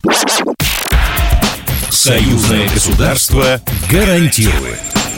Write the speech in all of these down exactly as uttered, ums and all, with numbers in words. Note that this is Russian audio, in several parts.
Союзное государство гарантирует.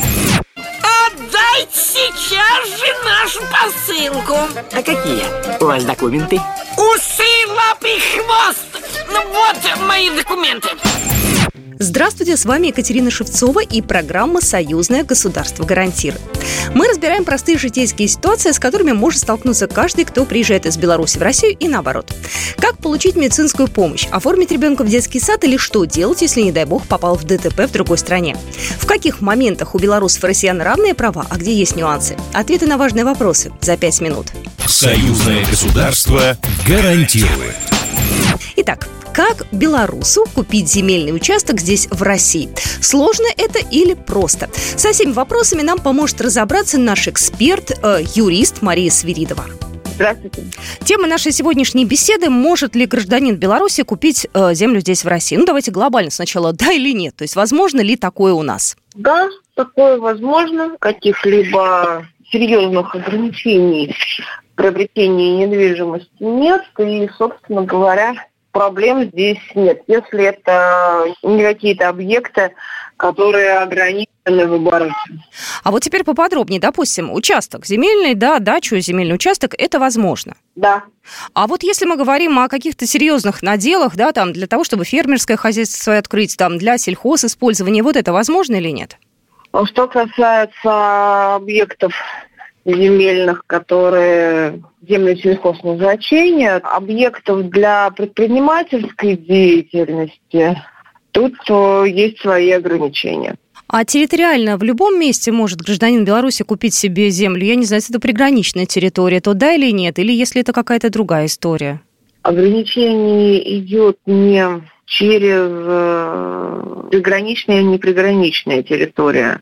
Отдайте сейчас же нашу посылку. А какие у вас документы? Усы, лапы, хвост. Ну вот мои документы. Здравствуйте, с вами Екатерина Шевцова и программа «Союзное государство гарантирует». Мы разбираем простые житейские ситуации, с которыми может столкнуться каждый, кто приезжает из Беларуси в Россию и наоборот. Как получить медицинскую помощь, оформить ребенка в детский сад или что делать, если, не дай бог, попал в ДТП в другой стране? В каких моментах у белорусов и россиян равные права, а где есть нюансы? Ответы на важные вопросы за пять минут. Союзное государство гарантирует. Итак, как белорусу купить земельный участок здесь, в России? Сложно это или просто? Со всеми вопросами нам поможет разобраться наш эксперт, э, юрист Мария Свиридова. Здравствуйте. Тема нашей сегодняшней беседы: может ли гражданин Беларуси купить э, землю здесь, в России? Ну, давайте глобально сначала, да или нет? То есть, возможно ли такое у нас? Да, такое возможно. Каких-либо серьезных ограничений приобретения недвижимости нет. И, собственно говоря, проблем здесь нет, если это не какие-то объекты, которые ограничены в обороте. А вот теперь поподробнее. Допустим, участок земельный, да, дачу, земельный участок, это возможно? Да. А вот если мы говорим о каких-то серьезных наделах, да, там, для того, чтобы фермерское хозяйство свое открыть, там, для сельхозиспользования, вот это возможно или нет? Что касается объектов земельных, которые земли сельхозназначения, объектов для предпринимательской деятельности, тут есть свои ограничения. А территориально в любом месте может гражданин Беларуси купить себе землю? Я не знаю, если это приграничная территория, то да или нет? Или если это какая-то другая история? Ограничение идет не через приграничная и неприграничная территория,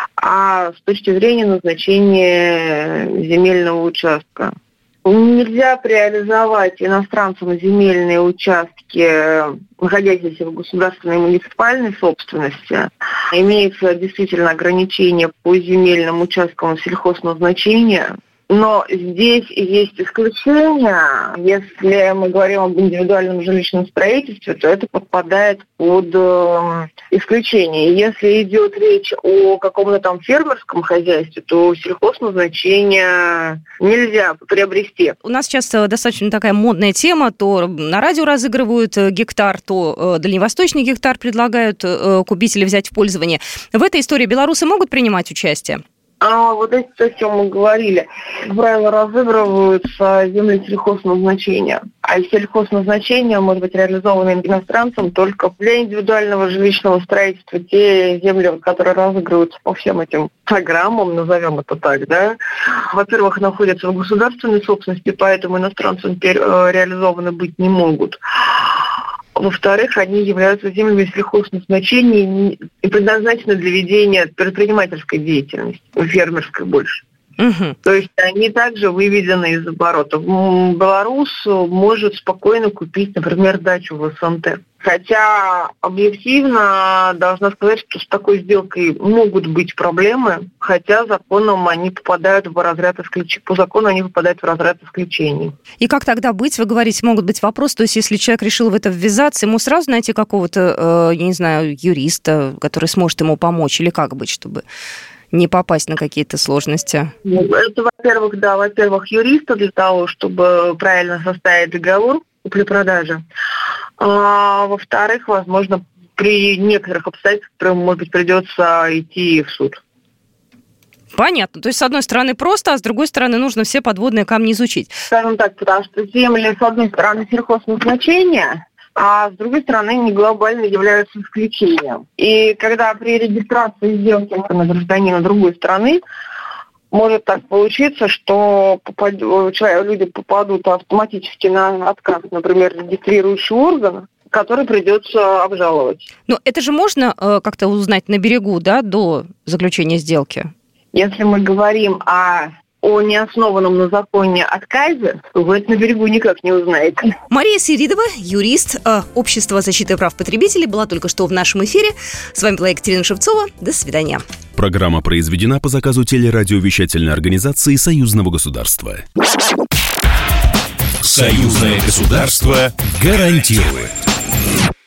а с точки зрения назначения земельного участка. Нельзя реализовать иностранцам земельные участки, находящиеся в государственной и муниципальной собственности. Имеется действительно ограничение по земельным участкам сельхозназначения. Но здесь есть исключения. Если мы говорим об индивидуальном жилищном строительстве, то это подпадает под э, исключение. Если идет речь о каком-то там фермерском хозяйстве, то сельхозназначение нельзя приобрести. У нас сейчас достаточно такая модная тема. То на радио разыгрывают гектар, то дальневосточный гектар предлагают купить или взять в пользование. В этой истории белорусы могут принимать участие? А вот это, о чем мы говорили. Как правило, разыгрываются земли сельхозназначения. А сельхозназначение может быть реализовано иностранцам только для индивидуального жилищного строительства. Те земли, которые разыгрываются по всем этим программам, назовем это так, да, во-первых, находятся в государственной собственности, поэтому иностранцам реализованы быть не могут. Во-вторых, они являются землями сельхозназначения и предназначены для ведения предпринимательской деятельности, фермерской больше. Угу. То есть они также выведены из оборота. Белорус может спокойно купить, например, дачу в СНТ. Хотя объективно должна сказать, что с такой сделкой могут быть проблемы, хотя законом они попадают в разряд исключений. По закону они попадают в разряд исключений. И как тогда быть? Вы говорите, могут быть вопросы. То есть если человек решил в это ввязаться, ему сразу найти какого-то, я не знаю, юриста, который сможет ему помочь? Или как быть, чтобы не попасть на какие-то сложности? Это, во-первых, да, во-первых, юриста для того, чтобы правильно составить договор купли-продажи. А, во-вторых, возможно, при некоторых обстоятельствах, может быть, придется идти в суд. Понятно. То есть, с одной стороны, просто, а с другой стороны, нужно все подводные камни изучить. Скажем так, потому что земли, с одной стороны, сельхозназначения, а с другой стороны, не глобально являются исключением. И когда при регистрации сделки на гражданина другой страны, может так получиться, что попад... люди попадут автоматически на отказ, например, регистрирующего органа, который придется обжаловать. Но это же можно э, как-то узнать на берегу, да, до заключения сделки? Если мы говорим о о неоснованном на законе отказе, то вы это на берегу никак не узнаете. Мария Свиридова, юрист э, Общества защиты прав потребителей, была только что в нашем эфире. С вами была Екатерина Шевцова. До свидания. Программа произведена по заказу телерадиовещательной организации Союзного государства. Союзное государство гарантирует.